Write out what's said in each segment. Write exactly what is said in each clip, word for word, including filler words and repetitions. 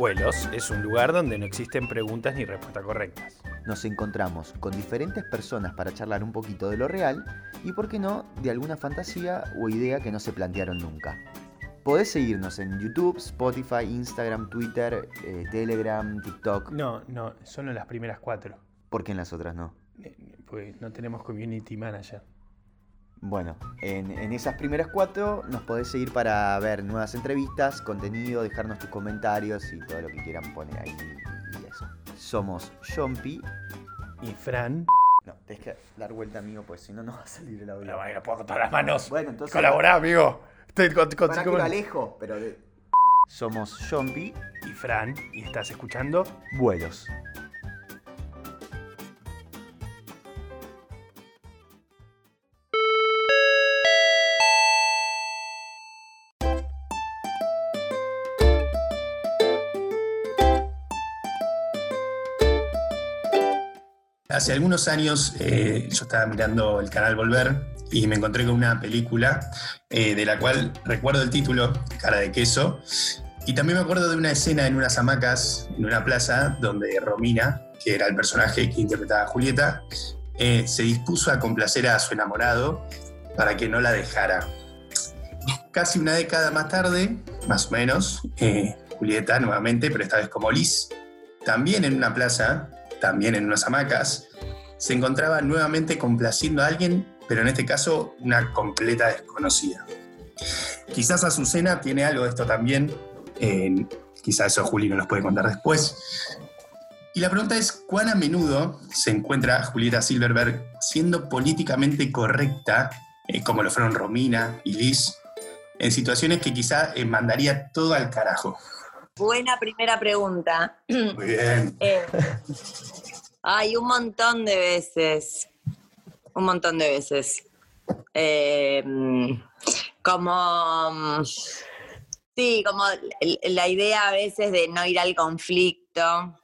Vuelos es un lugar donde no existen preguntas ni respuestas correctas. Nos encontramos con diferentes personas para charlar un poquito de lo real y, por qué no, de alguna fantasía o idea que no se plantearon nunca. Podés seguirnos en YouTube, Spotify, Instagram, Twitter, eh, Telegram, TikTok. No, no, solo en las primeras cuatro. ¿Por qué en las otras no? Pues no tenemos community manager. Bueno, en, en esas primeras cuatro nos podés seguir para ver nuevas entrevistas, contenido, dejarnos tus comentarios y todo lo que quieran poner ahí y eso. Somos Yompi y Fran. No, tenés que dar vuelta, amigo, pues si no, no va a salir el audio. No, bueno, no puedo contar las manos. Bueno, entonces... Colaborá, amigo. Estoy con, con, Para con... que lo alejo, pero... De... Somos Yompi y Fran y estás escuchando Vuelos. Hace algunos años eh, yo estaba mirando el canal Volver y me encontré con una película eh, de la cual recuerdo el título, Cara de Queso, y también me acuerdo de una escena en unas hamacas, en una plaza, donde Romina, que era el personaje que interpretaba a Julieta, eh, se dispuso a complacer a su enamorado para que no la dejara. Casi una década más tarde, más o menos, eh, Julieta nuevamente, pero esta vez como Liz, también en una plaza, también en unas hamacas, se encontraba nuevamente complaciendo a alguien, pero en este caso una completa desconocida. Quizás Azucena tiene algo de esto también, eh, quizás eso Juli nos lo puede contar después. Y la pregunta es, ¿cuán a menudo se encuentra Julieta Silverberg siendo políticamente correcta, eh, como lo fueron Romina y Liz, en situaciones que quizá eh, mandaría todo al carajo? Buena primera pregunta. Muy bien. Eh, hay un montón de veces, un montón de veces. Eh, como, sí, como la idea a veces de no ir al conflicto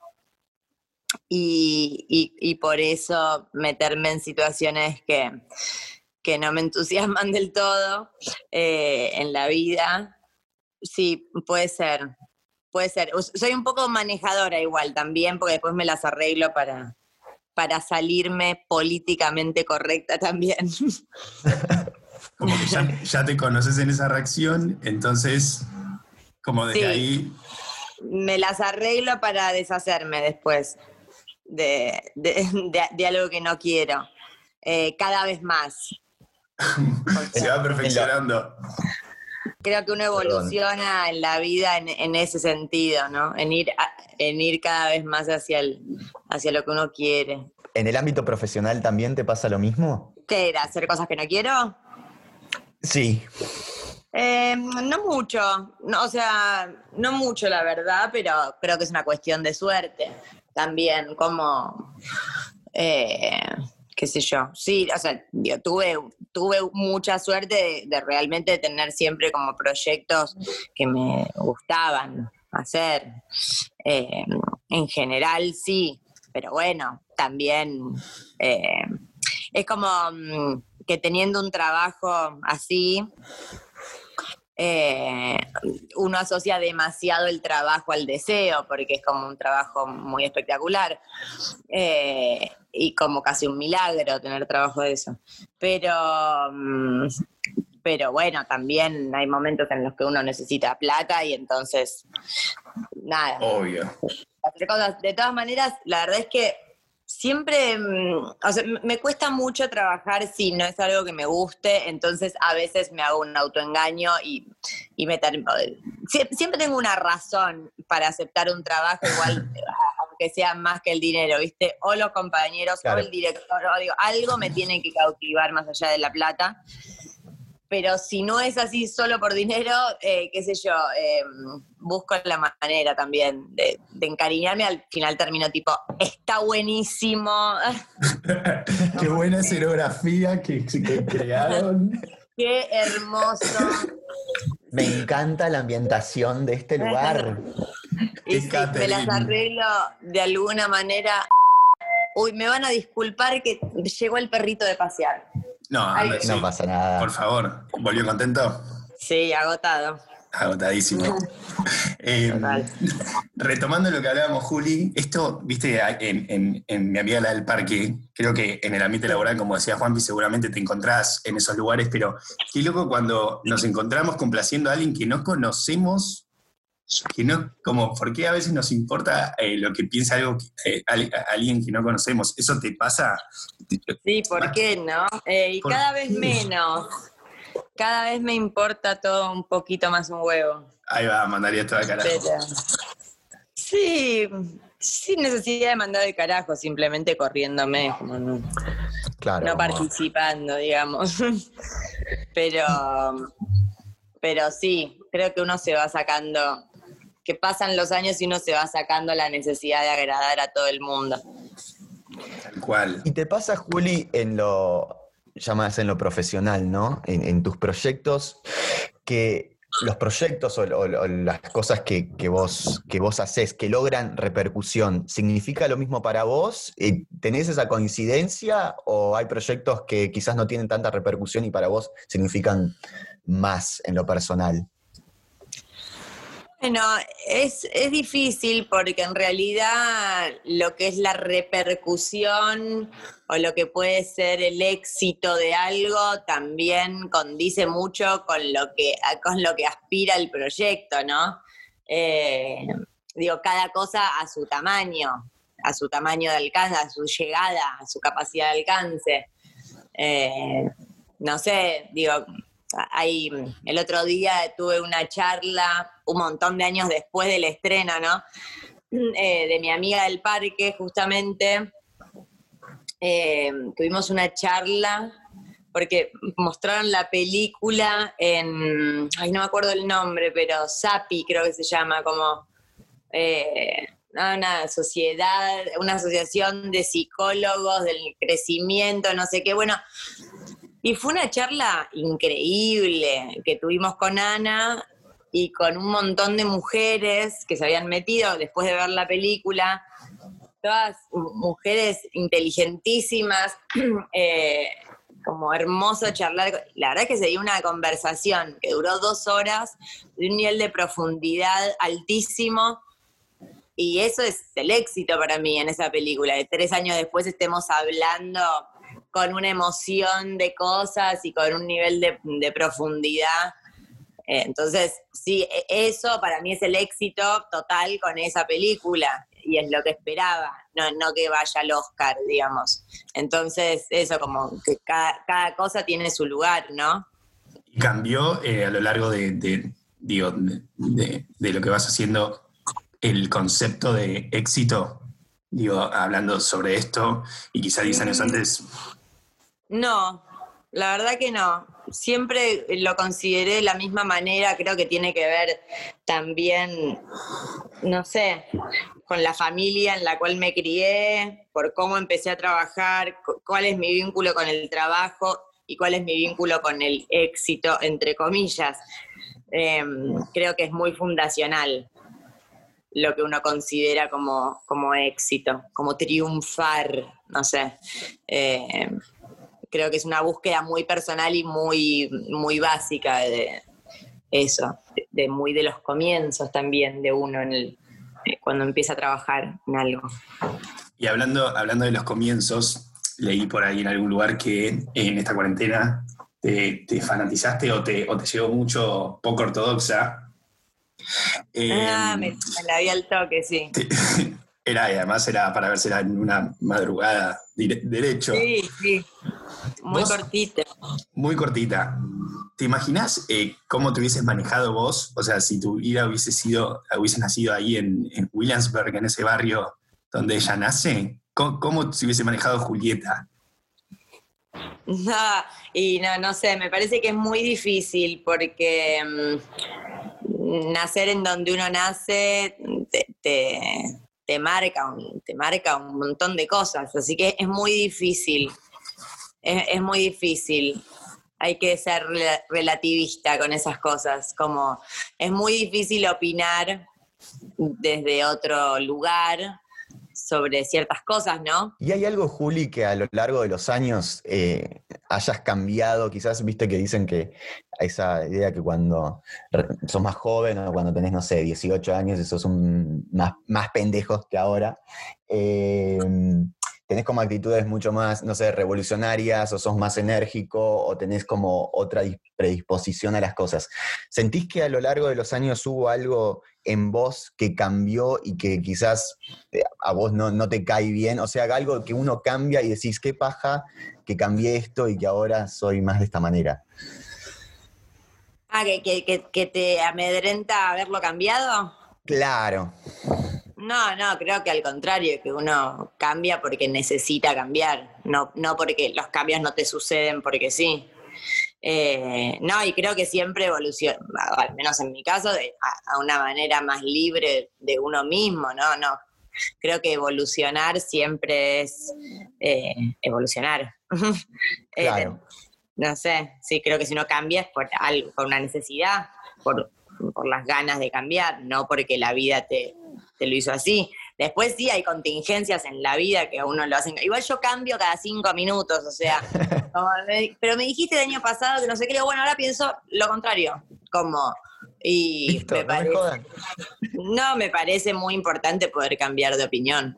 y, y, y por eso meterme en situaciones que, que no me entusiasman del todo eh, en la vida. Sí, puede ser. Puede ser. Soy un poco manejadora igual también, porque después me las arreglo para, para salirme políticamente correcta también. Como que ya, ya te conoces en esa reacción, entonces, como desde sí, ahí... Me las arreglo para deshacerme después de, de, de, de algo que no quiero. Eh, cada vez más. Se va perfeccionando. Creo que uno evoluciona Perdón. en la vida en, en ese sentido, ¿no? En ir, a, en ir cada vez más hacia, el, hacia lo que uno quiere. ¿En el ámbito profesional también te pasa lo mismo? ¿Qué era? ¿Hacer cosas que no quiero? Sí. Eh, no mucho, no, o sea, no mucho la verdad, pero creo que es una cuestión de suerte también, como... Eh, qué sé yo, sí, o sea, yo tuve, tuve mucha suerte de, de realmente tener siempre como proyectos que me gustaban hacer. Eh, en general sí, pero bueno, también eh, es como um, que teniendo un trabajo así, Eh, uno asocia demasiado el trabajo al deseo, porque es como un trabajo muy espectacular eh, y como casi un milagro tener trabajo de eso. Pero, pero bueno, también hay momentos en los que uno necesita plata y entonces, nada. Obvio. Hacer cosas. De todas maneras, la verdad es que siempre, o sea, me cuesta mucho trabajar si no es algo que me guste, entonces a veces me hago un autoengaño y, y me termino... Siempre tengo una razón para aceptar un trabajo igual, aunque sea más que el dinero, ¿viste? O los compañeros, claro. O el director, o digo, algo me tiene que cautivar más allá de la plata. Pero si no es así solo por dinero, eh, qué sé yo, eh, busco la manera también de, de encariñarme. Al final termino tipo, está buenísimo. Qué buena escenografía que, que crearon. Qué hermoso. Me encanta la ambientación de este lugar. Y sí, me las arreglo de alguna manera. Uy, me van a disculpar que llegó el perrito de pasear. No, Ay, no sí. pasa nada. Por favor, ¿volvió contento? Sí, agotado. Agotadísimo. Eh, retomando lo que hablábamos, Juli, esto, viste, en, en, en mi amiga la del parque, creo que en el ambiente laboral, como decía Juanpi, seguramente te encontrás en esos lugares, pero qué loco cuando nos encontramos complaciendo a alguien que no conocemos, que no, como, ¿por qué a veces nos importa eh, lo que piensa algo, eh, alguien que no conocemos? ¿Eso te pasa? Sí, ¿por qué no? Eh, y cada vez menos. Cada vez me importa todo un poquito más un huevo. Ahí va, mandaría todo al carajo. Pero, sí, sin necesidad de mandar al carajo, simplemente corriéndome, como no, claro, no como... participando, digamos. Pero, pero sí, creo que uno se va sacando, que pasan los años y uno se va sacando la necesidad de agradar a todo el mundo. Tal cual. ¿Y te pasa, Juli, en lo... ya más en lo profesional, ¿no? En, en tus proyectos, que los proyectos o, o, o las cosas que, que, vos, que vos hacés, que logran repercusión, ¿significa lo mismo para vos? ¿Tenés esa coincidencia o hay proyectos que quizás no tienen tanta repercusión y para vos significan más en lo personal? Bueno, es, es difícil porque en realidad lo que es la repercusión o lo que puede ser el éxito de algo también condice mucho con lo que, con lo que aspira el proyecto, ¿no? Eh, digo, cada cosa a su tamaño, a su tamaño de alcance, a su llegada, a su capacidad de alcance. Eh, no sé, digo... Ahí, el otro día tuve una charla, un montón de años después del estreno, ¿no? Eh, de mi amiga del parque, justamente. Eh, tuvimos una charla porque mostraron la película en, ay, no me acuerdo el nombre, pero SAPI creo que se llama, como eh, una sociedad, una asociación de psicólogos del crecimiento, no sé qué, bueno... Y fue una charla increíble que tuvimos con Ana y con un montón de mujeres que se habían metido después de ver la película, todas mujeres inteligentísimas, eh, como hermoso charlar. La verdad es que se dio una conversación que duró dos horas de un nivel de profundidad altísimo y eso es el éxito para mí en esa película, de tres años después estemos hablando... con una emoción de cosas y con un nivel de, de profundidad. Eh, entonces, sí, eso para mí es el éxito total con esa película y es lo que esperaba, no, no que vaya al Oscar, digamos. Entonces, eso, como que cada, cada cosa tiene su lugar, ¿no? ¿Y cambió eh, a lo largo de, de, digo, de, de, de lo que vas haciendo el concepto de éxito? Digo, hablando sobre esto y quizá diez años antes... No, la verdad que no. Siempre lo consideré de la misma manera, creo que tiene que ver también, no sé, con la familia en la cual me crié, por cómo empecé a trabajar, cuál es mi vínculo con el trabajo y cuál es mi vínculo con el éxito, entre comillas. Eh, creo que es muy fundacional lo que uno considera como, como éxito, como triunfar, no sé. Eh, Creo que es una búsqueda muy personal y muy, muy básica de eso, de muy de los comienzos también de uno en el, cuando empieza a trabajar en algo. Y hablando, hablando de los comienzos, leí por ahí en algún lugar que en esta cuarentena te, te fanatizaste o te, o te llegó mucho poco ortodoxa. Eh, ah, me, me la vi al toque, sí. Te, era, y además era para vérsela en una madrugada dire, derecho. Sí, sí. Muy ¿Vos? cortita. Muy cortita. ¿Te imaginás eh, cómo te hubieses manejado vos? O sea, si tu vida hubiese sido, hubiese nacido ahí en, en Williamsburg, en ese barrio donde ella nace, ¿cómo, cómo se hubiese manejado Julieta? No, y no, no sé, me parece que es muy difícil porque um, nacer en donde uno nace te, te, te marca, te marca un montón de cosas, así que es muy difícil. Es, es muy difícil, hay que ser relativista con esas cosas, como es muy difícil opinar desde otro lugar sobre ciertas cosas, ¿no? ¿Y hay algo, Juli, que a lo largo de los años eh, hayas cambiado, quizás viste que dicen que esa idea que cuando sos más joven o cuando tenés, no sé, dieciocho años y sos un, más, más pendejos que ahora, eh, tenés como actitudes mucho más, no sé, revolucionarias, o sos más enérgico, o tenés como otra predisposición a las cosas. ¿Sentís que a lo largo de los años hubo algo en vos que cambió y que quizás a vos no, no te cae bien? O sea, algo que uno cambia y decís, qué paja que cambié esto y que ahora soy más de esta manera. Ah, que, que, que, que te amedrenta haberlo cambiado. Claro. No, no, creo que al contrario, que uno cambia porque necesita cambiar, no, no porque los cambios no te suceden porque sí. Eh, no, y creo que siempre evoluciona, al menos en mi caso, de, a, a una manera más libre de uno mismo, ¿no? No, creo que evolucionar siempre es eh, evolucionar. Claro. eh, no sé, sí, creo que si uno cambia es por algo, por una necesidad, por, por las ganas de cambiar, no porque la vida te... te lo hizo así. Después sí hay contingencias en la vida que a uno lo hacen. Igual yo cambio cada cinco minutos, o sea, como me, pero me dijiste el año pasado que no sé qué, le digo, bueno, ahora pienso lo contrario, como, y Listo, me no parece, me jodan. No, me parece muy importante poder cambiar de opinión,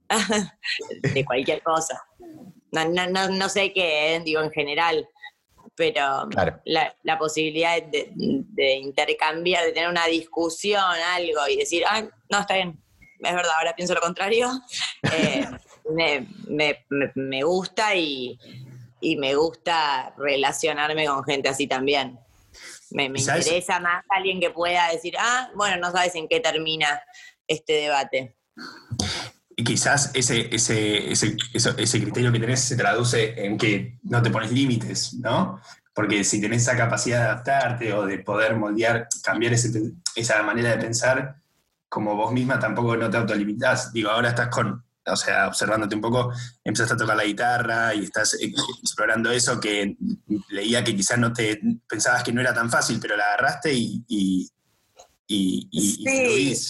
de cualquier cosa. No, no, no, no sé qué, ¿eh? Digo en general, pero claro. la, la posibilidad de, de intercambiar, de tener una discusión, algo, y decir, ah, no, está bien, es verdad, ahora pienso lo contrario, eh, me, me, me gusta y, y me gusta relacionarme con gente así también. Me, me interesa más alguien que pueda decir, ah, bueno, no sabes en qué termina este debate. Y quizás ese, ese, ese, ese, ese criterio que tenés se traduce en que no te pones límites, ¿no? Porque si tenés esa capacidad de adaptarte o de poder moldear, cambiar ese, esa manera de pensar, como vos misma tampoco no te autolimitás. Digo, ahora estás con, o sea, observándote un poco, empezaste a tocar la guitarra y estás explorando eso que leía que quizás no te pensabas que no era tan fácil, pero la agarraste y, y, y, y, sí. y fluís.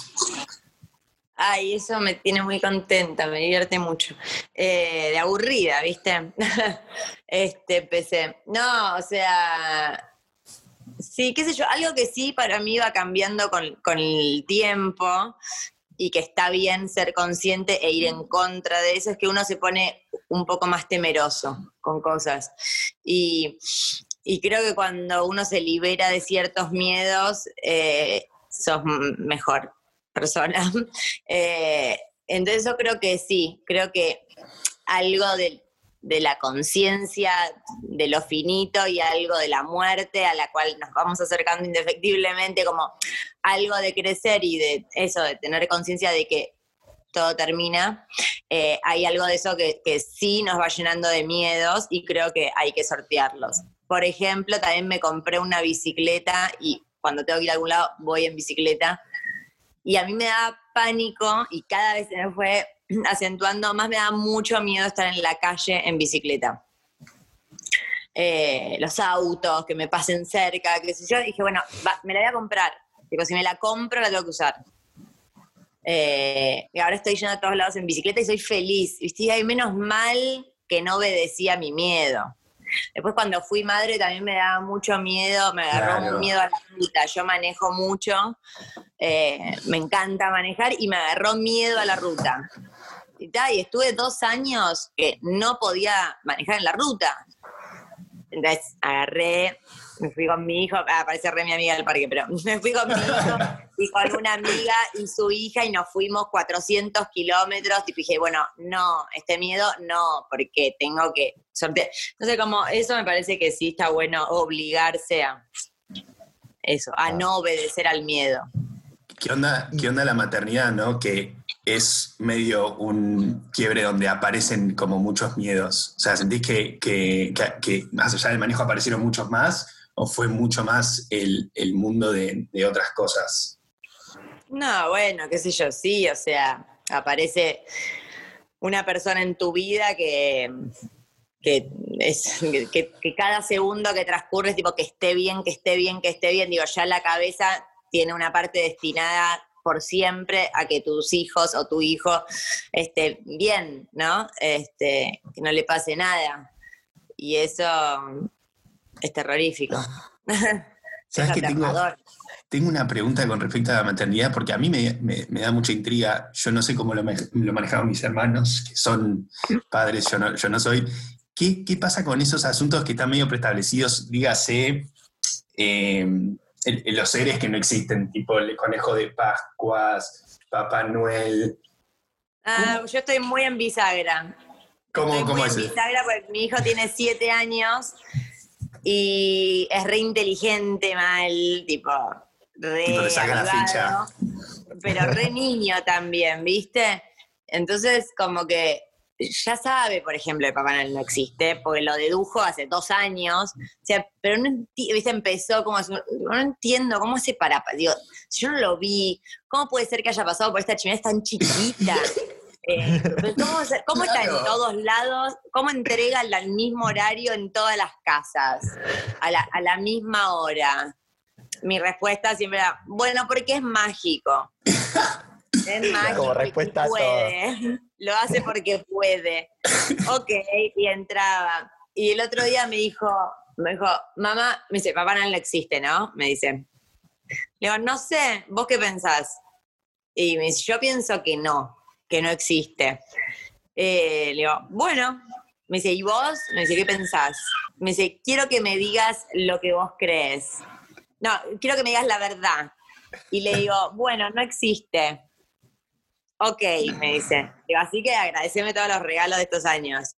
Ay, eso me tiene muy contenta, me divierte mucho. Eh, de aburrida, ¿viste? este, empecé. No, o sea, sí, qué sé yo, algo que sí para mí va cambiando con, con el tiempo y que está bien ser consciente e ir en contra de eso, es que uno se pone un poco más temeroso con cosas. Y, y creo que cuando uno se libera de ciertos miedos, eh, sos mejor persona. Eh, entonces yo creo que sí, creo que algo de, de la conciencia, de lo finito y algo de la muerte a la cual nos vamos acercando indefectiblemente, como algo de crecer y de eso, de tener conciencia de que todo termina, eh, hay algo de eso que, que sí nos va llenando de miedos y creo que hay que sortearlos. Por ejemplo, también me compré una bicicleta y cuando tengo que ir a algún lado voy en bicicleta. Y a mí me da pánico y cada vez se me fue acentuando más, me da mucho miedo estar en la calle en bicicleta. Eh, los autos, que me pasen cerca, qué sé yo. Dije, bueno, va, me la voy a comprar. Digo, si me la compro, la tengo que usar. Eh, y ahora estoy yendo a todos lados en bicicleta y soy feliz. ¿Viste? Y menos mal que no obedecía a mi miedo. Después cuando fui madre también me daba mucho miedo, me agarró Claro. un miedo a la ruta. Yo manejo mucho, eh, me encanta manejar y me agarró miedo a la ruta. Y, ta, y estuve dos años que no podía manejar en la ruta. Entonces agarré, me fui con mi hijo, ah, parece re mi amiga del parque, pero me fui con mi hijo y con una amiga y su hija y nos fuimos cuatrocientos kilómetros y dije, bueno, no, este miedo no, porque tengo que sortear. Entonces como eso me parece que sí está bueno obligarse a eso, a no obedecer al miedo. ¿Qué onda, qué onda la maternidad, no? Que es medio un quiebre donde aparecen como muchos miedos. O sea, ¿sentís que, que, que, que más allá del manejo aparecieron muchos más? ¿O fue mucho más el, el mundo de, de otras cosas? No, bueno, qué sé yo, sí, o sea, aparece una persona en tu vida que, que, es, que, que cada segundo que transcurre es tipo que esté bien, que esté bien, que esté bien. Digo, ya la cabeza tiene una parte destinada por siempre a que tus hijos o tu hijo esté bien, ¿no? Este, que no le pase nada. y eso es terrorífico. ¿Sabes Es que tengo, aterrador. tengo una pregunta con respecto a la maternidad? Porque a mí me, me- me da mucha intriga. Yo no sé cómo lo, me- lo manejaban mis hermanos, que son padres, yo no, yo no soy. ¿Qué, qué pasa con esos asuntos que están medio preestablecidos? Dígase, eh, el- el- los seres que no existen, tipo el conejo de Pascuas, Papá Noel. Ah, ¿Cómo? yo estoy muy en bisagra. ¿Cómo, Estoy cómo muy es? en bisagra porque mi hijo tiene siete años y es re inteligente, mal, tipo, re Tipo, te saca la avivado, ficha. pero re niño también, ¿viste? Entonces, como que ya sabe, por ejemplo, que Papá Noel no existe, porque lo dedujo hace dos años, o sea, pero no enti- ¿viste? Empezó como, su- no entiendo, ¿cómo hace para, digo, si yo no lo vi, ¿cómo puede ser que haya pasado por esta chimenea tan chiquita? Eh, pero ¿cómo, se- cómo está en Claro. todos lados? ¿Cómo entrega al al mismo horario en todas las casas? A la, a la misma hora. Mi respuesta siempre era, bueno, porque es mágico. Es mágico Como y respuesta a puede. Lo hace porque puede. Ok, y entraba. Y el otro día me dijo, me dijo, mamá, me dice, Papá Noel no existe, ¿no? Me dice. Le digo, no sé, ¿vos qué pensás? Y me dice, yo pienso que no, que no existe. Eh, le digo, bueno. Me dice, ¿y vos? Me dice, ¿qué pensás? Me dice, quiero que me digas lo que vos crees. No, quiero que me digas la verdad. Y le digo, bueno, no existe. Ok, me dice. Digo, así que agradeceme todos los regalos de estos años.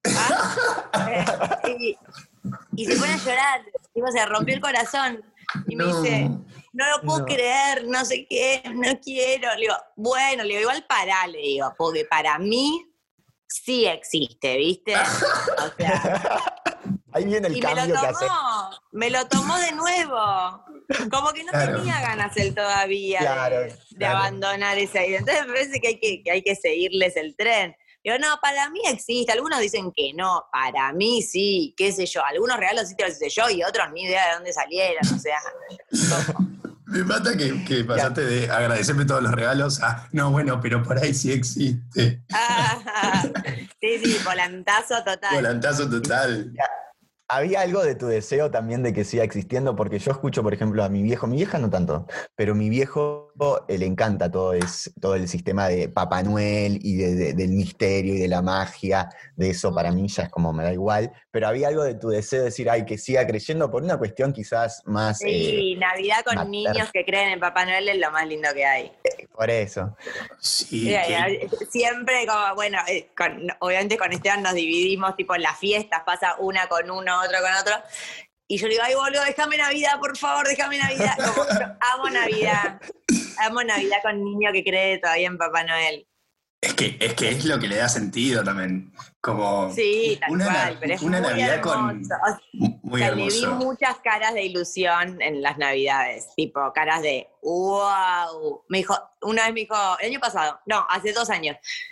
¿Ah? Eh, y, y se pone a llorar. Digo, se rompió el corazón. Y me No. dice, no lo puedo No. creer, no sé qué, no quiero. Le digo, bueno, le digo, igual pará, le digo, porque para mí sí existe, ¿viste? O sea, Ahí viene el y me lo cambio que hace. tomó, me lo tomó de nuevo. Como que no Claro. tenía ganas él todavía Claro, de, de claro. abandonar esa idea. Entonces me parece que hay que, que hay que seguirles el tren. Digo, no, para mí existe. Algunos dicen que no, para mí sí, qué sé yo. Algunos regalos sí te los hice yo y otros ni idea de dónde salieron. O sea, como- Me mata que, que pasaste de agradecerme todos los regalos a, no, bueno, pero por ahí sí existe. Ah, sí, sí, volantazo total. Volantazo total. Había algo de tu deseo también de que siga existiendo, porque yo escucho, por ejemplo, a mi viejo, mi vieja no tanto, pero mi viejo eh, le encanta todo, es, todo el sistema de Papá Noel y de- de- del misterio y de la magia, de eso para mí ya es como me da igual, pero había algo de tu deseo de decir, ay, que siga creyendo por una cuestión quizás más... Sí, eh, Navidad con mater- niños que creen en Papá Noel es lo más lindo que hay. por eso. Sí, Eh, que- eh, Siempre como, bueno, eh, con- obviamente con Esteban nos dividimos, tipo en las fiestas, pasa una con uno, otro con otro. Y yo le digo, ay, boludo, déjame Navidad, por favor, déjame Navidad. Como, yo amo Navidad. Amo Navidad con niño que cree todavía en Papá Noel. es que, es que es lo que le da sentido también. Como Sí, tal una, cual, na- pero es una muy Navidad hermoso. con... O sea, Muy le vi hermoso. muchas caras de ilusión en las Navidades, tipo caras de wow. Me dijo, una vez me dijo, el año pasado, no, hace dos años,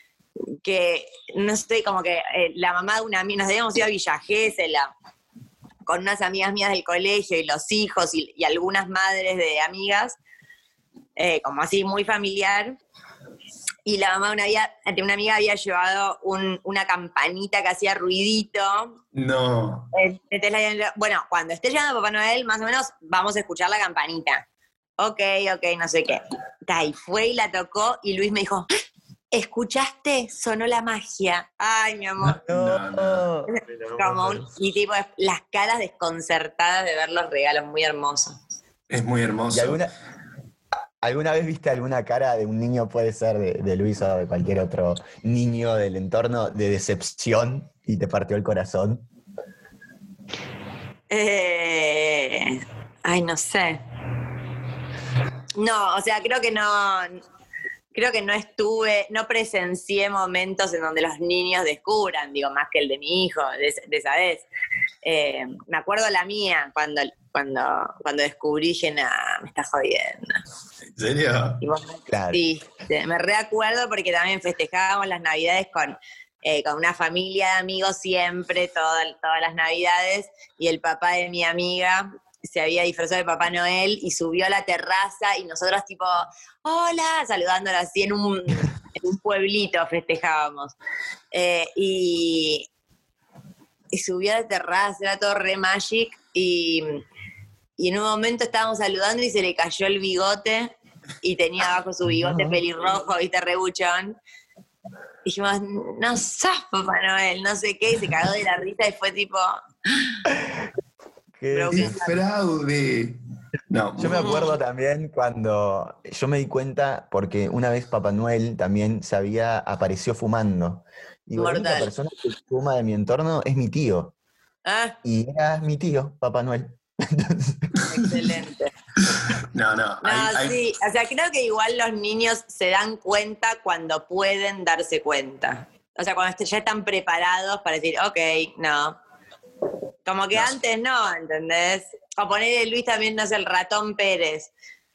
que no sé, como que eh, la mamá de una amiga, nos habíamos ido a Villa Gesell con unas amigas mías del colegio y los hijos y, y algunas madres de amigas, eh, como así muy familiar. Y la mamá de una, amiga- de una amiga había llevado un- una campanita que hacía ruidito. No. Entonces la- bueno, cuando esté llegando Papá Noel, más o menos, vamos a escuchar la campanita. Ok, ok, no sé qué. Ta, Y fue y la tocó y Luis me dijo, ¿escuchaste? Sonó la magia. Ay, mi amor. No, no. Como un- y tipo, las caras desconcertadas de ver los regalos, muy hermosos. Es muy hermoso. ¿Y alguna, alguna vez viste alguna cara de un niño, puede ser de, de Luis o de cualquier otro niño del entorno, de decepción y te partió el corazón? Eh, ay, no sé. No, o sea, creo que no, creo que no estuve, no presencié momentos en donde los niños descubran, digo, más que el de mi hijo, de, de esa vez. Eh, me acuerdo la mía, cuando, cuando, cuando descubrí, dije, nah, me está jodiendo. ¿En serio? Y vos, Claro. sí, me reacuerdo porque también festejábamos las Navidades con, eh, con una familia de amigos siempre, toda- todas las Navidades, y el papá de mi amiga se había disfrazado de Papá Noel y subió a la terraza y nosotros tipo, hola, saludándolo así en un, en un pueblito festejábamos. Eh, y, y subí a la terraza, era todo re magic, y, y en un momento estábamos saludando y se le cayó el bigote, y tenía abajo su bigote no. pelirrojo, viste, rebuchón. Dijimos, no sos Papá Noel, no sé qué, y se cagó de la risa y fue tipo... ¡Qué, ¡Qué fraude! No. Yo me acuerdo también cuando yo me di cuenta, porque una vez Papá Noel también se había, apareció fumando. Y la única persona que fuma de mi entorno es mi tío. Ah. Y era mi tío, Papá Noel. Entonces... Excelente. No, no. No, hay, hay... sí, o sea, creo que igual los niños se dan cuenta cuando pueden darse cuenta. O sea, cuando ya están preparados para decir, ok, no. Como que no. Antes no, ¿entendés? O ponerle Luis también, no sé, el ratón Pérez.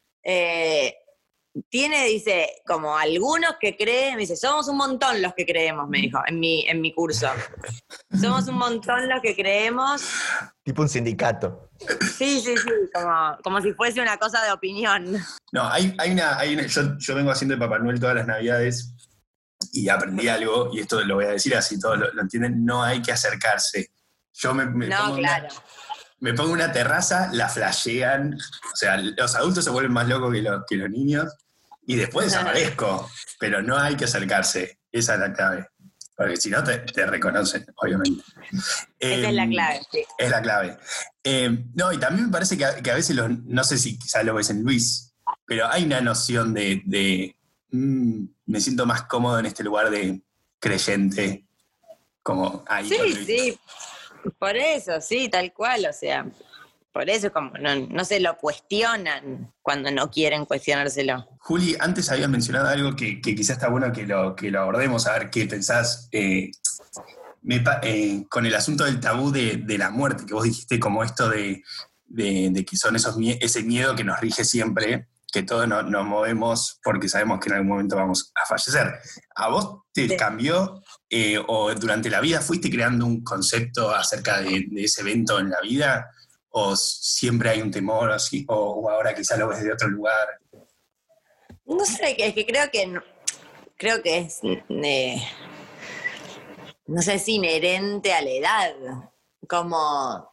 Eh, tiene, dice, como algunos que creen, me dice, somos un montón los que creemos, me dijo, en mi, en mi curso. Somos un montón los que creemos. Tipo un sindicato. Sí, sí, sí, como, como si fuese una cosa de opinión. No, hay, hay una, hay una yo, yo vengo haciendo de Papá Noel todas las Navidades y aprendí algo, y esto lo voy a decir así, todos lo, lo entienden, no hay que acercarse. Yo me, me no, pongo claro. Una, me pongo una terraza, la flashean, o sea, los adultos se vuelven más locos que los, que los niños, y después desaparezco, pero no hay que acercarse, esa es la clave. Porque si no, te, te reconocen, obviamente. Esa eh, es la clave, sí. Es la clave. Eh, no, y también me parece que a, que a veces, los, no sé si quizás lo ves en Luis, pero hay una noción de, de mmm, me siento más cómodo en este lugar de creyente, como ahí. Sí, sí, por eso, sí, tal cual, o sea, por eso como no, no se lo cuestionan cuando no quieren cuestionárselo. Juli, antes habías mencionado algo que, que quizás está bueno que lo, que lo abordemos, a ver qué pensás eh, me, eh, con el asunto del tabú de, de la muerte, que vos dijiste como esto de, de, de que son esos ese miedo que nos rige siempre, que todos no, nos movemos porque sabemos que en algún momento vamos a fallecer. ¿A vos te sí. cambió eh, o durante la vida fuiste creando un concepto acerca de, de ese evento en la vida? ¿O siempre hay un temor así, o, o ahora quizás lo ves de otro lugar? No sé, es que creo que no, creo que es eh, no sé si inherente a la edad, como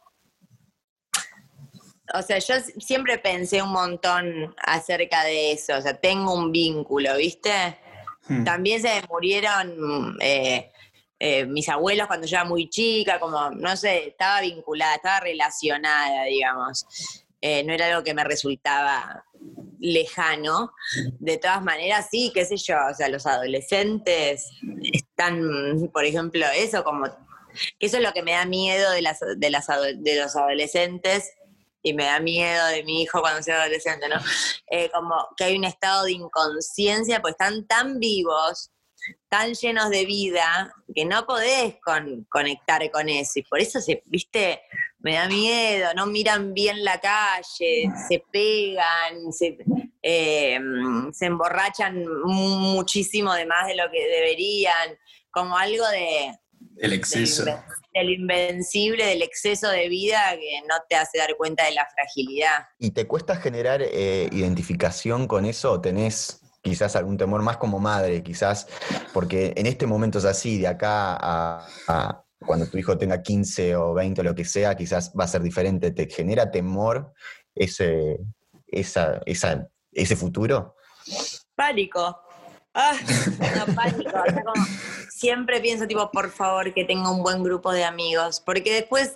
o sea, yo siempre pensé un montón acerca de eso, o sea, tengo un vínculo, ¿viste? Hmm. También se me murieron eh, eh, mis abuelos cuando yo era muy chica, como, no sé, estaba vinculada, estaba relacionada, digamos. Eh, no era algo que me resultaba lejano. De todas maneras, sí, qué sé yo, o sea, los adolescentes están, por ejemplo, eso como, eso es lo que me da miedo de, las, de, las, de los adolescentes, y me da miedo de mi hijo cuando sea adolescente, ¿no? Eh, como que hay un estado de inconsciencia, pues están tan vivos, tan llenos de vida, que no podés con, conectar con eso. Y por eso, se, viste, me da miedo, no miran bien la calle, se pegan, se, eh, se emborrachan muchísimo de más de lo que deberían, como algo de... El exceso. Del, del invencible, del exceso de vida que no te hace dar cuenta de la fragilidad. ¿Y te cuesta generar eh, identificación con eso? ¿O tenés quizás algún temor más como madre? Quizás, porque en este momento es así, de acá a, a cuando tu hijo tenga quince o veinte o lo que sea, quizás va a ser diferente. ¿Te genera temor ese, esa, esa, ese futuro? Pánico. Ah, no, pánico. O sea, como siempre pienso, tipo, por favor, que tenga un buen grupo de amigos, porque después,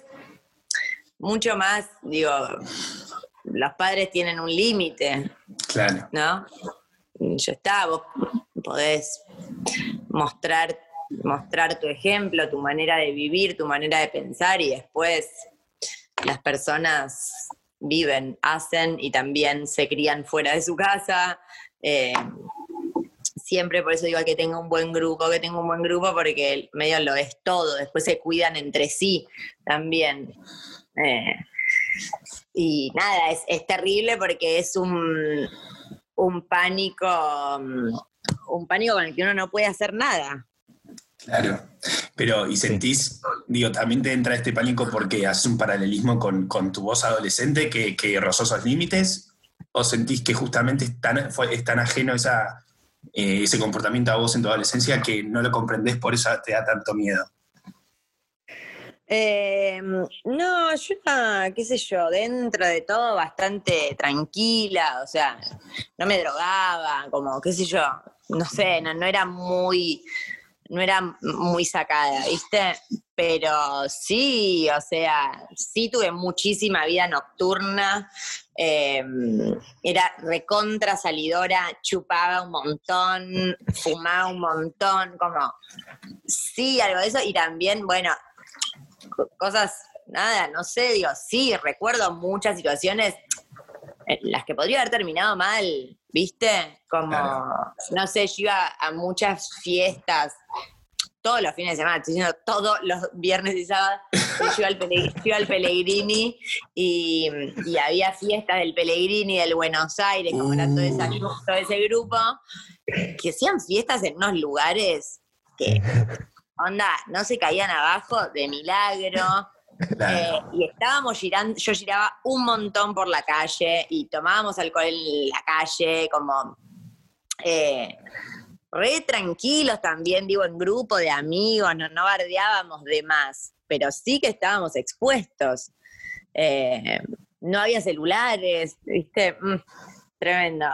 mucho más, digo, los padres tienen un límite. Claro. ¿No? Ya está, vos podés mostrar, mostrar tu ejemplo, tu manera de vivir, tu manera de pensar, y después las personas viven, hacen y también se crían fuera de su casa. Eh, Siempre por eso digo que tenga un buen grupo, que tenga un buen grupo, porque el medio lo es todo, después se cuidan entre sí también. Eh, y nada, es, es terrible porque es un, un pánico, un pánico con el que uno no puede hacer nada. Claro, pero y sentís, digo, también te entra este pánico porque haces un paralelismo con, con tu voz adolescente que, que rozó esos límites, o sentís que justamente es tan, fue, es tan ajeno esa... Eh, ese comportamiento a vos en tu adolescencia que no lo comprendés, por eso te da tanto miedo? Eh, no, yo era, qué sé yo, dentro de todo bastante tranquila, o sea, no me drogaba, como, qué sé yo, no sé, no, no era muy, no era muy sacada, ¿viste? Pero sí, o sea, sí tuve muchísima vida nocturna, eh, era recontra salidora, chupaba un montón, fumaba un montón, como, sí, algo de eso, y también, bueno, cosas, nada, no sé, digo, sí, recuerdo muchas situaciones en las que podría haber terminado mal, ¿viste? Como, claro. No sé, yo iba a muchas fiestas, todos los fines de semana, estoy diciendo todos los viernes y sábados, yo iba al, Pele, yo iba al Pellegrini y, y había fiestas del Pellegrini, del Buenos Aires, como uh. era todo, esa, todo ese grupo, que hacían fiestas en unos lugares que... Onda, no se caían abajo de milagro. Claro. Eh, y estábamos girando, yo giraba un montón por la calle y tomábamos alcohol en la calle, como eh, re tranquilos también, digo, en grupo de amigos, no, no bardeábamos de más, pero sí que estábamos expuestos. Eh, no había celulares, ¿viste? Mm. Tremendo.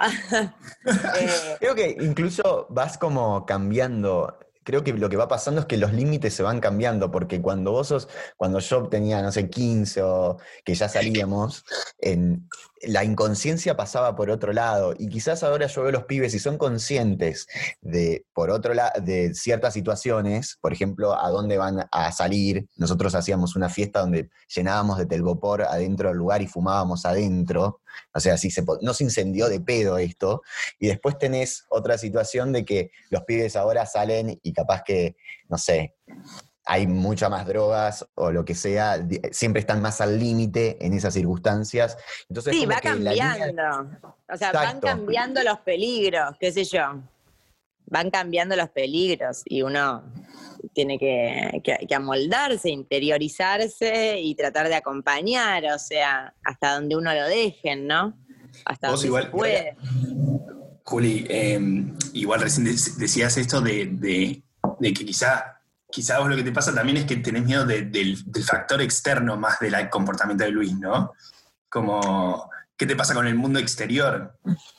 eh, Creo que incluso vas como cambiando. Creo que lo que va pasando es que los límites se van cambiando, porque cuando vos sos, cuando yo tenía, no sé, quince o que ya salíamos, en, la inconsciencia pasaba por otro lado, y quizás ahora yo veo los pibes y son conscientes de, por otro lado, de ciertas situaciones, por ejemplo, a dónde van a salir. Nosotros hacíamos una fiesta donde llenábamos de telgopor adentro del lugar y fumábamos adentro, o sea, si se, no se incendió de pedo esto, y después tenés otra situación de que los pibes ahora salen y capaz que, no sé, hay mucha más drogas o lo que sea, siempre están más al límite en esas circunstancias. Entonces, sí, como va que cambiando. La línea... O sea, Exacto. Van cambiando los peligros, qué sé yo. Van cambiando los peligros y uno tiene que, que, que amoldarse, interiorizarse y tratar de acompañar, o sea, hasta donde uno lo dejen, ¿no? Hasta Vos donde igual, se puede. Juli, eh, igual recién decías esto de, de, de que quizá... Quizá vos lo que te pasa también es que tenés miedo de, de, del factor externo más del comportamiento de Luis, ¿no? Como, ¿qué te pasa con el mundo exterior?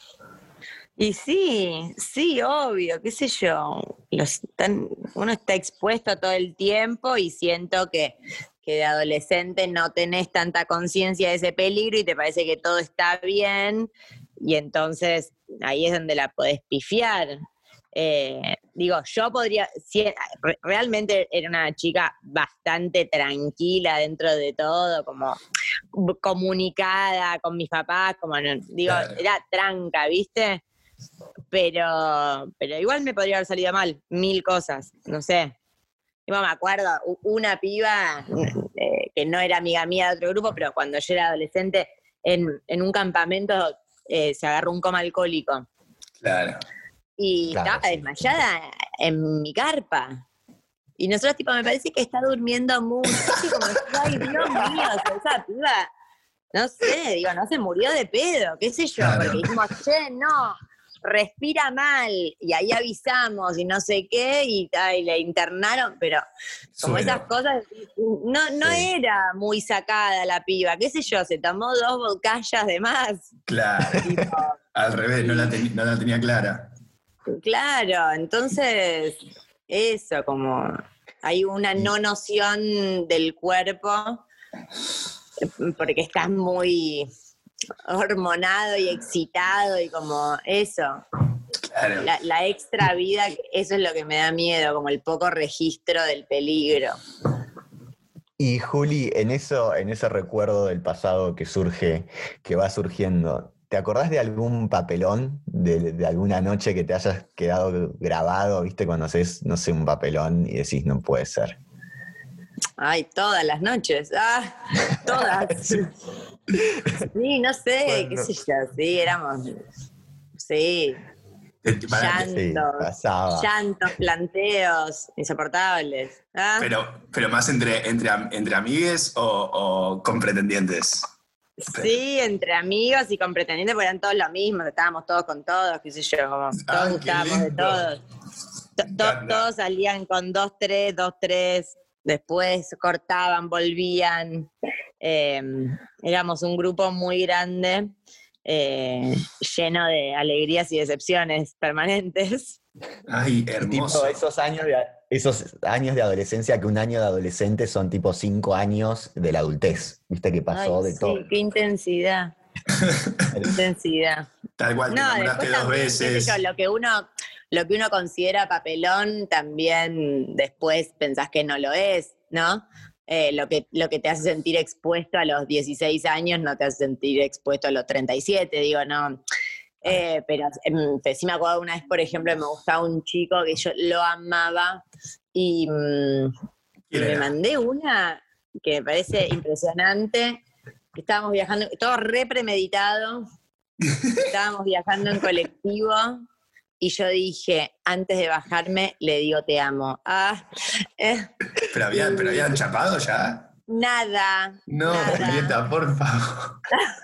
Y sí, sí, obvio, qué sé yo. Los tan, uno está expuesto todo el tiempo y siento que, que de adolescente no tenés tanta conciencia de ese peligro y te parece que todo está bien y entonces ahí es donde la podés pifiar. Eh, digo, yo podría, si, realmente era una chica bastante tranquila dentro de todo, como comunicada con mis papás, como no, digo, claro. Era tranca, ¿viste? Pero, pero igual me podría haber salido mal, mil cosas, no sé. Yo me acuerdo, una piba eh, que no era amiga mía de otro grupo, pero cuando yo era adolescente, en, en un campamento eh, se agarró un coma alcohólico. Claro. Y claro, estaba sí. desmayada en mi carpa. Y nosotros, tipo, me parece que está durmiendo mucho. Así como, ay, Dios mío, esa piba, no sé, digo, no se murió de pedo, qué sé yo. Claro. Porque dijimos, che, no, respira mal. Y ahí avisamos y no sé qué, y, y le internaron. Pero como Suero. Esas cosas, no, no sí. Era muy sacada la piba, qué sé yo, se tomó dos botellas de más. Claro, tipo, al revés, no la, ten, no la tenía clara. Claro, entonces eso, como hay una no noción del cuerpo porque estás muy hormonado y excitado y como eso. Claro. La, la extra vida, eso es lo que me da miedo, como el poco registro del peligro. Y Juli, en eso, en ese recuerdo del pasado que surge, que va surgiendo, ¿te acordás de algún papelón, de, de alguna noche que te hayas quedado grabado, viste, cuando haces, no sé, un papelón y decís, no puede ser? Ay, todas las noches, ah, todas. Sí. Sí, no sé, bueno, qué sé yo, sí, éramos, sí, llantos, sí, llantos, planteos, insoportables. ¿Ah? Pero, pero más entre, entre, entre amigues o, o con pretendientes. Sí, entre amigos y con pretendientes, porque eran todos lo mismo, estábamos todos con todos, qué sé yo, como todos ah, gustábamos de todos. To, to, todos salían con dos, tres, dos, tres, después cortaban, volvían. Eh, éramos un grupo muy grande, eh, lleno de alegrías y decepciones permanentes. Ay, hermoso. Tipo esos años, de, esos años de adolescencia, que un año de adolescente son tipo cinco años de la adultez. Viste que pasó Ay, de sí, todo. qué intensidad. Qué intensidad. Tal cual, te No, enamoraste después dos también, qué sé veces. yo, lo que uno, lo que uno considera papelón, también después pensás que no lo es, ¿no? Eh, lo que, lo que te hace sentir expuesto a los dieciséis años no te hace sentir expuesto a los treinta y siete, digo, no. Eh, pero eh, sí me acuerdo una vez, por ejemplo, me gustaba un chico que yo lo amaba y, mm, y me era? mandé una que me parece impresionante, que estábamos viajando, todo re premeditado, estábamos viajando en colectivo y yo dije, antes de bajarme, le digo te amo. Ah, eh, ¿Pero, había, y- ¿Pero habían chapado ya? Nada. No, nada. Julieta, por favor.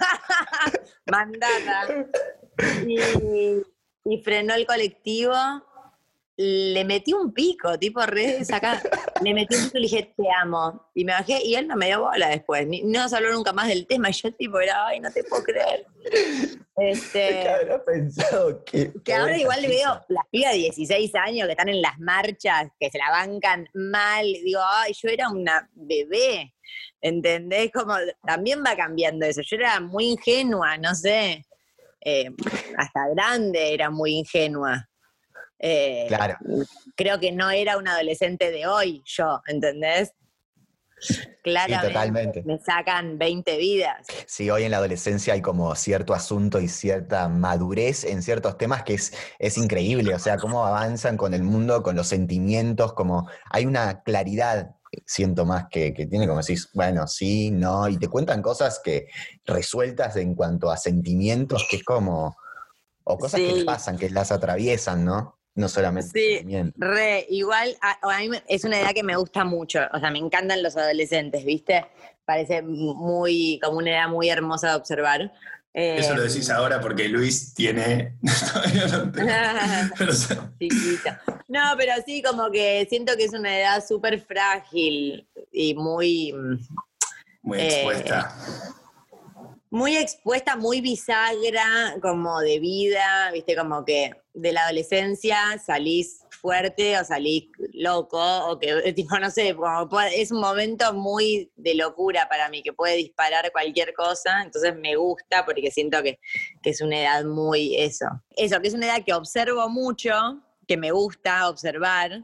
Mandada. Y, y frenó el colectivo, le metí un pico, tipo re sacada. Le metí un pico y le dije, te amo. Y me bajé y él no me dio bola después. Ni, no nos habló nunca más del tema. Y yo tipo era, ay, no te puedo creer. Este, ¿Qué habrá pensado? Que, que ahora igual le veo las pibas de dieciséis años que están en las marchas, que se la bancan mal. Digo, ay, yo era una bebé. ¿Entendés? Como también va cambiando eso. Yo era muy ingenua, no sé. Eh, hasta grande era muy ingenua. Eh, Claro. Creo que no era un adolescente de hoy, yo, ¿entendés? Claramente Sí, totalmente. me sacan veinte vidas. Sí, hoy en la adolescencia hay como cierto asunto y cierta madurez en ciertos temas que es, es increíble, o sea, cómo avanzan con el mundo, con los sentimientos, como hay una claridad, siento más que, que tiene como decís, bueno, sí, no, y te cuentan cosas que resueltas en cuanto a sentimientos, que es como, o cosas que Sí. le pasan, que las atraviesan, ¿no? No solamente Sí, sentimientos. re, igual a, a mí me- es una edad que me gusta mucho, o sea, me encantan los adolescentes, ¿viste? Parece muy, como una edad muy hermosa de observar. Eso lo Eh, decís ahora porque Luis tiene... Todavía no te- pero, o sea, chiquita. No, pero sí, como que siento que es una edad súper frágil y muy, muy Eh, expuesta. muy expuesta, muy bisagra, como de vida, viste, como que de la adolescencia salís fuerte o salís loco, o que, tipo, no sé, como puede- es un momento muy de locura para mí, que puede disparar cualquier cosa, entonces me gusta porque siento que, que es una edad muy eso. Eso, que es una edad que observo mucho, que me gusta observar,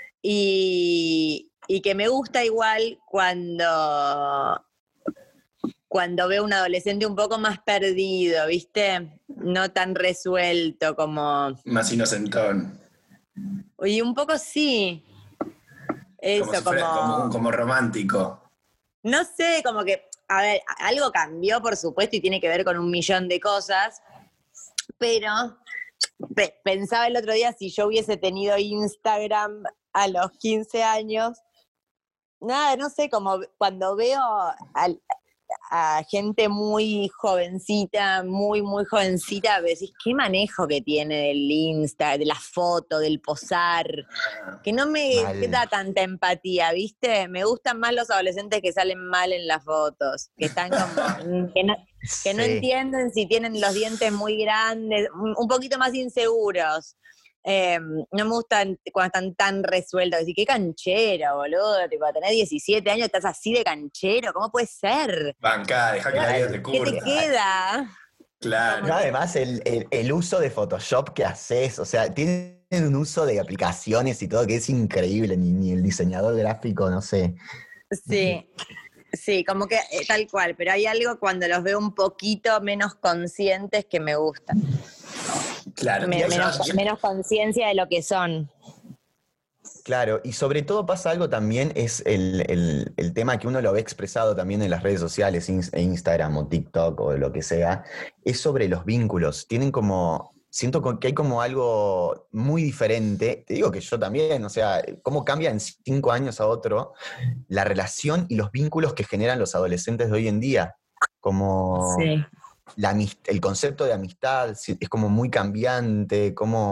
y, y que me gusta igual cuando cuando veo un adolescente un poco más perdido, ¿viste? No tan resuelto como... Más inocentón. Y un poco sí. Eso, Como, si como... fuera- como, como romántico. No sé, como que... A ver, algo cambió, por supuesto, y tiene que ver con un millón de cosas, pero pe- pensaba el otro día si yo hubiese tenido Instagram a los quince años, nada, no sé, como cuando veo al, a gente muy jovencita, muy, muy jovencita, decís, qué manejo que tiene del Insta, de la foto, del posar, que no me Mal. da tanta empatía, ¿viste? Me gustan más los adolescentes que salen mal en las fotos, que están como, que no, que no Sí. entienden si tienen los dientes muy grandes, un un poquito más inseguros. Eh, no me gustan cuando están tan resueltos. Decir, qué canchero, boludo. Tipo, tenés diecisiete años, estás así de canchero. ¿Cómo puede ser? Banca, deja que la vida te ¿Qué te curta. queda? Claro. No, además el, el- el uso de Photoshop que haces, o sea, tienen un uso de aplicaciones y todo que es increíble, ni, ni el diseñador gráfico, no sé. Sí, sí, como que eh, tal cual, pero hay algo cuando los veo un poquito menos conscientes que me gusta. Claro. Me- y ahí menos ya- menos conciencia de lo que son. Claro, y sobre todo pasa algo también, es el, el- el tema que uno lo ve expresado también en las redes sociales, ins- e Instagram o TikTok o lo que sea, es sobre los vínculos. Tienen como, siento co- que hay como algo muy diferente. Te digo que yo también, o sea, cómo cambia en cinco años a otro la relación y los vínculos que generan los adolescentes de hoy en día. Como Sí. la amis- el concepto de amistad si- es como muy cambiante, como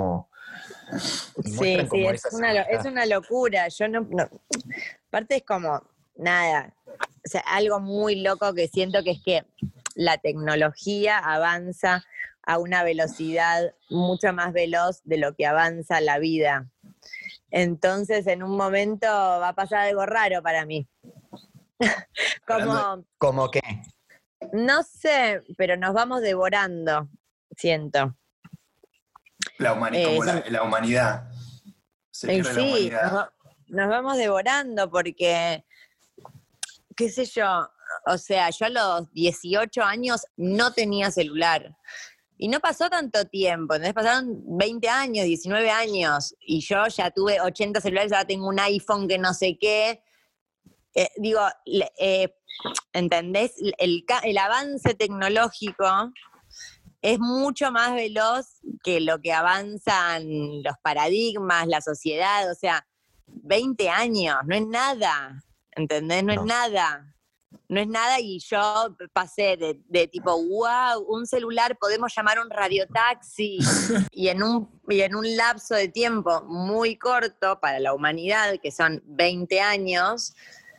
Y Sí, muestran sí, como es esa una, lo- seguridad. es una locura. Yo no, no- Aparte es como, nada, o sea, algo muy loco que siento que es que la tecnología avanza a una velocidad mucho más veloz de lo que avanza la vida. Entonces, en un momento va a pasar algo raro para mí. Como, ¿Cómo qué? no sé, pero nos vamos devorando, siento. La humanidad, Eh, como la, es- la humanidad. Se Y pierde la sí, nos, humanidad. va- nos vamos devorando porque, qué sé yo, o sea, yo a los dieciocho años no tenía celular. Y no pasó tanto tiempo, entonces pasaron veinte años, diecinueve años, y yo ya tuve ochenta celulares, ahora tengo un iPhone que no sé qué. Eh, digo, le- eh, ¿entendés? El, ca- el avance tecnológico es mucho más veloz que lo que avanzan los paradigmas, la sociedad, o sea, veinte años, no es nada, ¿entendés? No, No. es nada, no es nada y yo pasé de, de tipo, wow, un celular, podemos llamar un radiotaxi y en un, y en un lapso de tiempo muy corto para la humanidad, que son veinte años,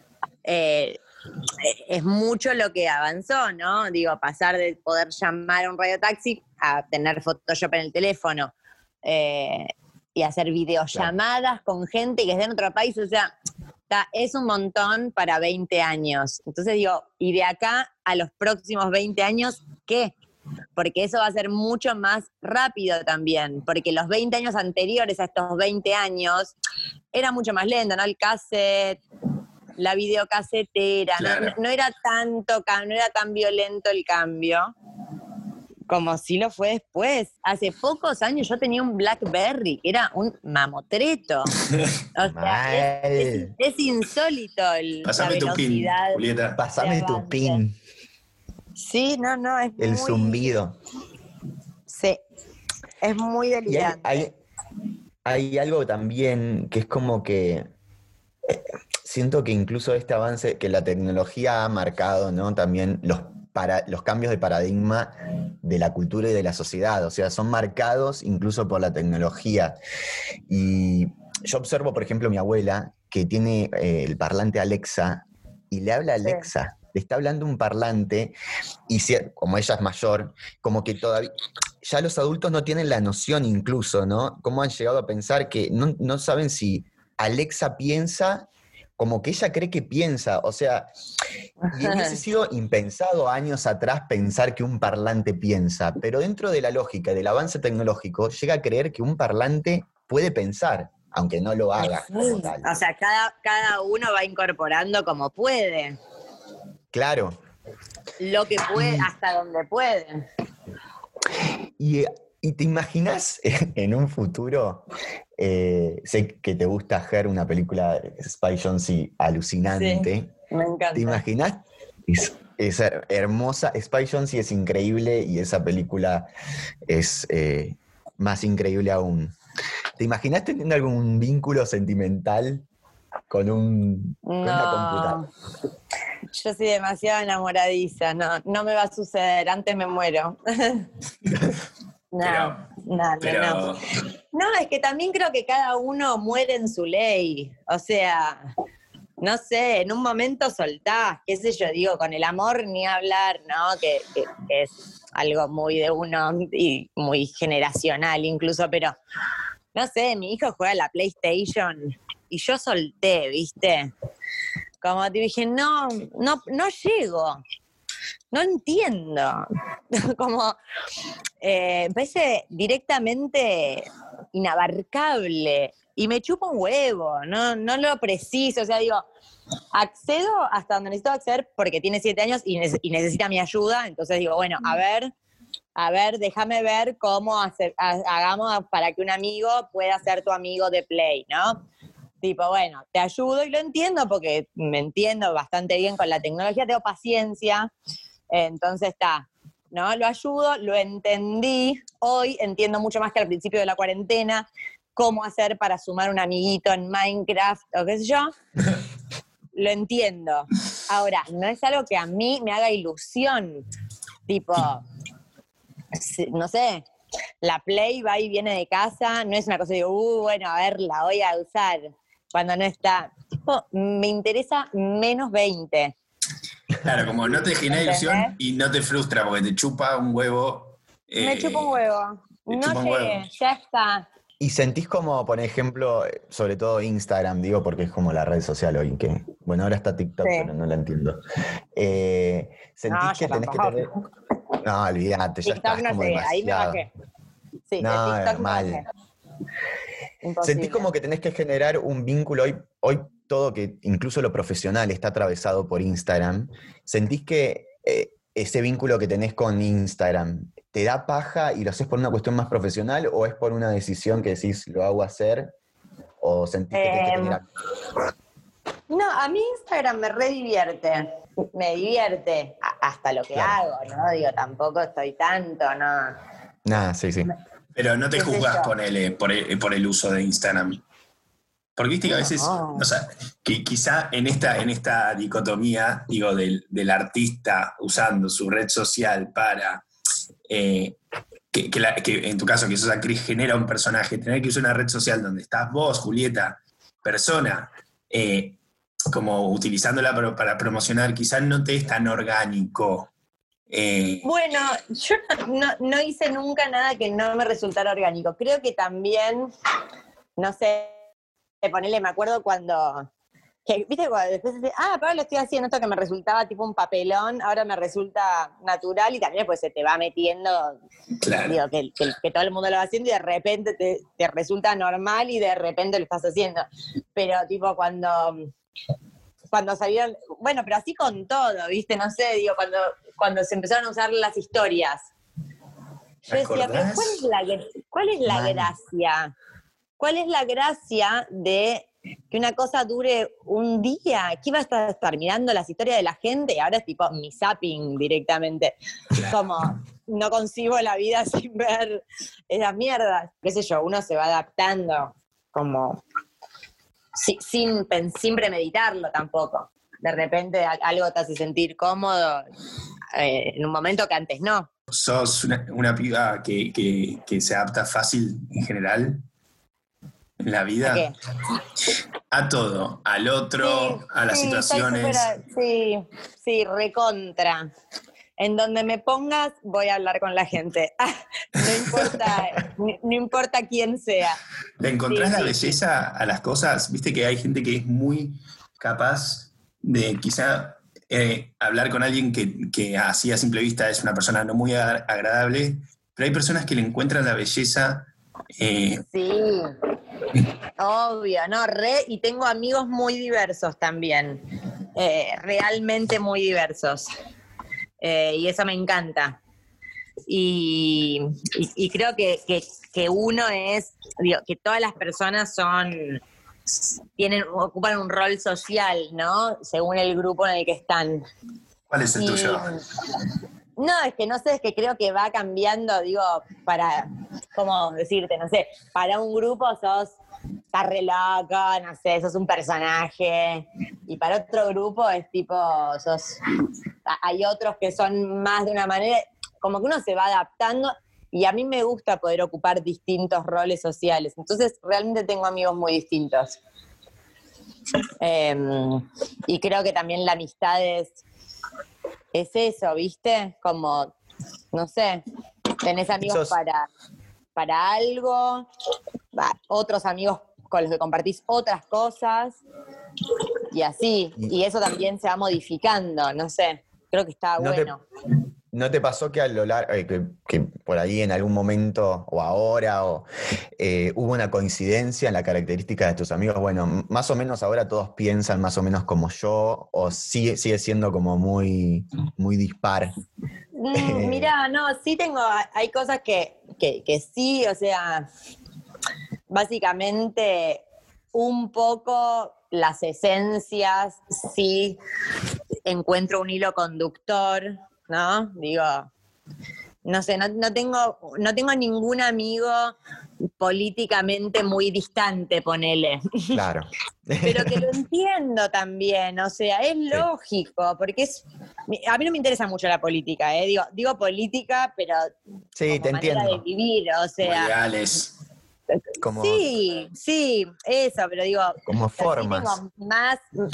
eh, es mucho lo que avanzó, ¿no? Digo, pasar de poder llamar a un radiotaxi a tener Photoshop en el teléfono eh, y hacer videollamadas con gente que es de otro país, o sea, ta, es un montón para veinte años. Entonces digo, y de acá a los próximos veinte años, ¿qué? Porque eso va a ser mucho más rápido también, porque los veinte años anteriores a estos veinte años era mucho más lento, ¿no? El cassette, la videocasetera, Claro. no, no, no era tanto, no era tan violento el cambio como si lo fue después. Hace pocos años yo tenía un BlackBerry, que era un mamotreto. O sea, es, es, Mal. es insólito el, la Pasame tu pin, velocidad. Julieta. Pasame de tu avance. pin, Sí, no, no, es el muy... zumbido. Sí, es muy Y hay, delirante. hay, hay algo también que es como que eh, siento que incluso este avance que la tecnología ha marcado, ¿no? También los, para, los cambios de paradigma de la cultura y de la sociedad, o sea, son marcados incluso por la tecnología. Y yo observo, por ejemplo, mi abuela, que tiene eh, el parlante Alexa, y le habla a Alexa, le está hablando un parlante, y si, como ella es mayor, como que todavía, ya los adultos no tienen la noción incluso, ¿no? Cómo han llegado a pensar que no, no saben si Alexa piensa como que ella cree que piensa, o sea, y hubiese sido impensado años atrás pensar que un parlante piensa, pero dentro de la lógica del avance tecnológico llega a creer que un parlante puede pensar, aunque no lo haga como tal. O sea, cada, cada uno va incorporando como puede, Claro. lo que puede, Y- hasta donde puede. Y, y te imaginas en un futuro, eh, sé que te gusta Her, una película de Spy Jonze alucinante. Sí, me encanta. ¿Te imaginas? Es, es her- hermosa. Spy Jonze es increíble y esa película es eh, más increíble aún. ¿Te imaginas teniendo algún vínculo sentimental con, un, con una computadora? No, yo soy demasiado enamoradiza, no, no me va a suceder, antes me muero. No, Pero- no, no, Pero no. No, es que también creo que cada uno muere en su ley. O sea, no sé, en un momento soltás, qué sé yo, digo, con el amor ni hablar, ¿no? Que, que- que es algo muy de uno y muy generacional incluso, pero no sé, mi hijo juega a la PlayStation y yo solté, ¿viste? Como te dije, no, no, no llego. No entiendo. Como, eh, me parece directamente inabarcable y me chupa un huevo, no, no lo preciso, o sea, digo, accedo hasta donde necesito acceder porque tiene siete años y, nece- y necesita mi ayuda, entonces digo, bueno, a ver, a ver, déjame ver cómo hacer, ha- hagamos para que un amigo pueda ser tu amigo de Play, ¿no? Tipo, bueno, te ayudo y lo entiendo porque me entiendo bastante bien con la tecnología, tengo paciencia, entonces está, ¿no? Lo ayudo, lo entendí. Hoy entiendo mucho más que al principio de la cuarentena cómo hacer para sumar un amiguito en Minecraft o qué sé yo. Lo entiendo. Ahora, no es algo que a mí me haga ilusión. Tipo, si- no sé, la Play va y viene de casa, no es una cosa de, uh, bueno, a ver, la voy a usar cuando no está. Tipo, me interesa menos veinte. Claro, como no te genera ilusión ¿Entendés? y no te frustra porque te chupa un huevo. eh, Me chupa un huevo. te No chupa un huevo. llegué, ya está. Y sentís como, por ejemplo, sobre todo Instagram, digo, porque es como la red social hoy, que, bueno, ahora está TikTok, Sí. pero no la entiendo. Eh, ¿Sentís No, que yo tenés que tampoco. tener... No, olvídate, ya TikTok está, es no como llegué, ahí me demasiado. bajé. Sí, No, de TikTok me mal. bajé. Imposible. ¿Sentís como que tenés que generar un vínculo hoy, hoy todo que incluso lo profesional está atravesado por Instagram? ¿Sentís que eh, ese vínculo que tenés con Instagram te da paja y lo haces por una cuestión más profesional o es por una decisión que decís lo hago hacer? ¿O sentís que tenés que Eh, tener... No, a mí Instagram me re divierte. Me divierte a- hasta lo que Claro. hago, ¿no? Digo, tampoco estoy tanto, ¿no? Nada, sí, sí. Pero no te ¿Qué sé juzgás, yo? ponele, por el, por el uso de Instagram. Porque viste que a veces, No. o sea, que quizá en esta, en esta dicotomía, digo, del, del artista usando su red social para, eh, que, que la- que en tu caso, que sos actriz, genera un personaje, tener que usar una red social donde estás vos, Julieta, persona, eh, como utilizándola para, para promocionar, quizás no te es tan orgánico. Eh, Bueno, yo no, no- no hice nunca nada que no me resultara orgánico. Creo que también, no sé, ponele, me acuerdo cuando, que, viste, cuando después dice, ah, pero ahora lo estoy haciendo, esto que me resultaba tipo un papelón, ahora me resulta natural y también pues se te va metiendo, claro. digo, que, que- que todo el mundo lo va haciendo y de repente te, te resulta normal y de repente lo estás haciendo. Pero tipo cuando, cuando salieron, bueno, pero así con todo, ¿viste? No sé, digo, cuando, cuando se empezaron a usar las historias. Yo ¿Te decía, pero acordás? ¿cuál es la, cuál es la Mal. gracia? ¿Cuál es la gracia de que una cosa dure un día? ¿Qué iba a estar, estar mirando las historias de la gente? Y ahora es tipo mi zapping directamente. Como no concibo la vida sin ver esas mierdas. Qué sé yo, uno se va adaptando como si- sin, pen- sin premeditarlo tampoco. De repente a- algo te hace sentir cómodo eh, en un momento que antes no. ¿Sos una, una piba que, que- que se adapta fácil en general en la vida? ¿A qué? A todo, al otro, a las sí, soy situaciones. súper- sí, sí, recontra. En donde me pongas, voy a hablar con la gente. No importa, no, no importa quién sea. ¿Le encontrás Sí, la sí, belleza a las cosas? Viste que hay gente que es muy capaz de quizá eh, hablar con alguien que, que así a simple vista es una persona no muy agra- agradable, pero hay personas que le encuentran la belleza. eh, Sí, obvio, no, re, y tengo amigos muy diversos también, eh, realmente muy diversos. Eh, y eso me encanta. Y, y- y creo que, que- que uno es, digo, que todas las personas son, tienen, ocupan un rol social, ¿no? Según el grupo en el que están. ¿Cuál es el Y- tuyo? No, es que no sé, es que creo que va cambiando, digo, para, ¿cómo decirte? No sé, para un grupo sos, estás re loco, no sé, sos un personaje, y para otro grupo es tipo, sos, hay otros que son más de una manera, como que uno se va adaptando, y a mí me gusta poder ocupar distintos roles sociales, entonces realmente tengo amigos muy distintos. Eh, y creo que también la amistad es es eso, ¿viste? Como, no sé, tenés amigos Esos- para, para algo, va, otros amigos con los que compartís otras cosas, y así. Y eso también se va modificando, no sé, creo que está ¿No te, bueno. ¿No te pasó que a lo largo, eh, que, que por ahí en algún momento, o ahora, o eh, hubo una coincidencia en la característica de tus amigos? Bueno, m- más o menos ahora todos piensan más o menos como yo, o sigue, sigue siendo como muy, muy dispar. Mm, mirá, no, sí tengo, hay cosas que, que, que sí, o sea, básicamente un poco las esencias, sí encuentro un hilo conductor, ¿no? Digo, no sé, no, no tengo, no tengo ningún amigo políticamente muy distante, ponele. Claro. Pero que lo entiendo también, o sea, es lógico, porque es... A mí no me interesa mucho la política, ¿eh? Digo, digo política, pero Sí, como te manera entiendo. de vivir, o sea... Ideales. Como, Sí, sí, eso, pero digo, como sí formas. tengo más,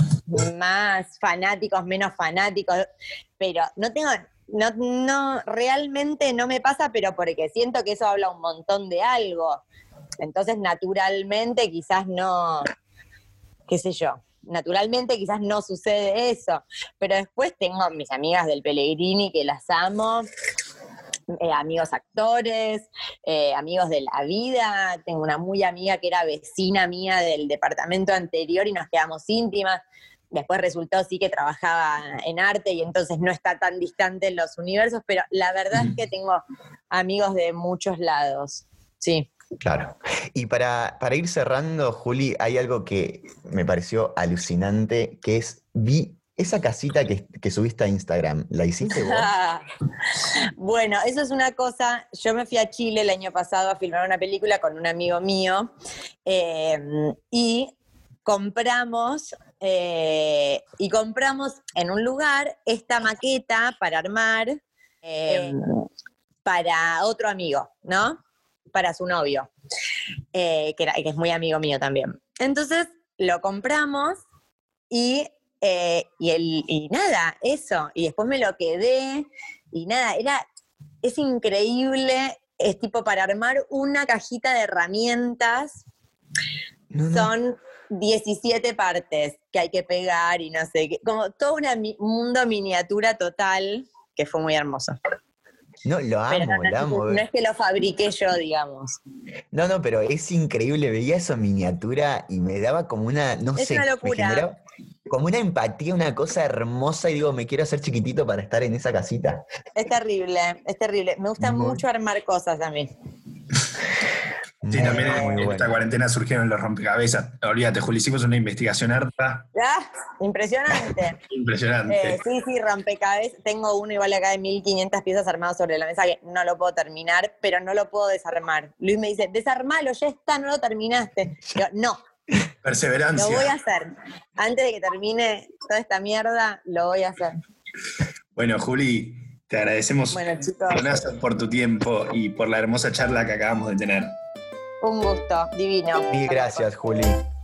más fanáticos, menos fanáticos, pero no tengo, no, no, realmente no me pasa, pero porque siento que eso habla un montón de algo. Entonces, naturalmente, quizás no, qué sé yo, naturalmente quizás no sucede eso, pero después tengo mis amigas del Pellegrini que las amo. Eh, amigos actores, eh, amigos de la vida. Tengo una muy amiga que era vecina mía del departamento anterior y nos quedamos íntimas. Después resultó sí que trabajaba en arte y entonces no está tan distante en los universos, pero la verdad es que tengo amigos de muchos lados. Sí. Claro. Y para, para ir cerrando, Juli, hay algo que me pareció alucinante, que es, vi esa casita que, que subiste a Instagram, ¿la hiciste vos? Bueno, eso es una cosa. Yo me fui a Chile el año pasado a filmar una película con un amigo mío eh, y compramos eh, y compramos en un lugar esta maqueta para armar eh, para otro amigo, ¿no? Para su novio, eh, que, era, que es muy amigo mío también. Entonces lo compramos y Eh, y, el, y nada, eso, y después me lo quedé, y nada, era, es increíble, es tipo para armar una cajita de herramientas, no, no. Son diecisiete partes que hay que pegar y no sé qué, como todo un mi, mundo miniatura total, que fue muy hermoso. No, lo amo, pero no, lo amo. No es que lo fabriqué yo, digamos. No, no, pero es increíble, veía esa miniatura y me daba como una, no es sé, una locura. Me generaba como una empatía, una cosa hermosa y digo, me quiero hacer chiquitito para estar en esa casita. Es terrible, es terrible. Me gusta muy... mucho armar cosas a mí. Sí, también en, en esta cuarentena surgieron los rompecabezas. Olvídate, Juli, hicimos una investigación harta. Ah, impresionante. Impresionante. Eh, sí, sí, rompecabezas. Tengo uno igual acá de mil quinientas piezas armadas sobre la mesa que no lo puedo terminar, pero no lo puedo desarmar. Luis me dice, desarmalo, ya está, no lo terminaste. Yo, no. Perseverancia. Lo voy a hacer. Antes de que termine toda esta mierda, lo voy a hacer. Bueno, Juli, te agradecemos bueno, chicos, por tu tiempo y por la hermosa charla que acabamos de tener. Un gusto, divino. Mil gracias, Juli.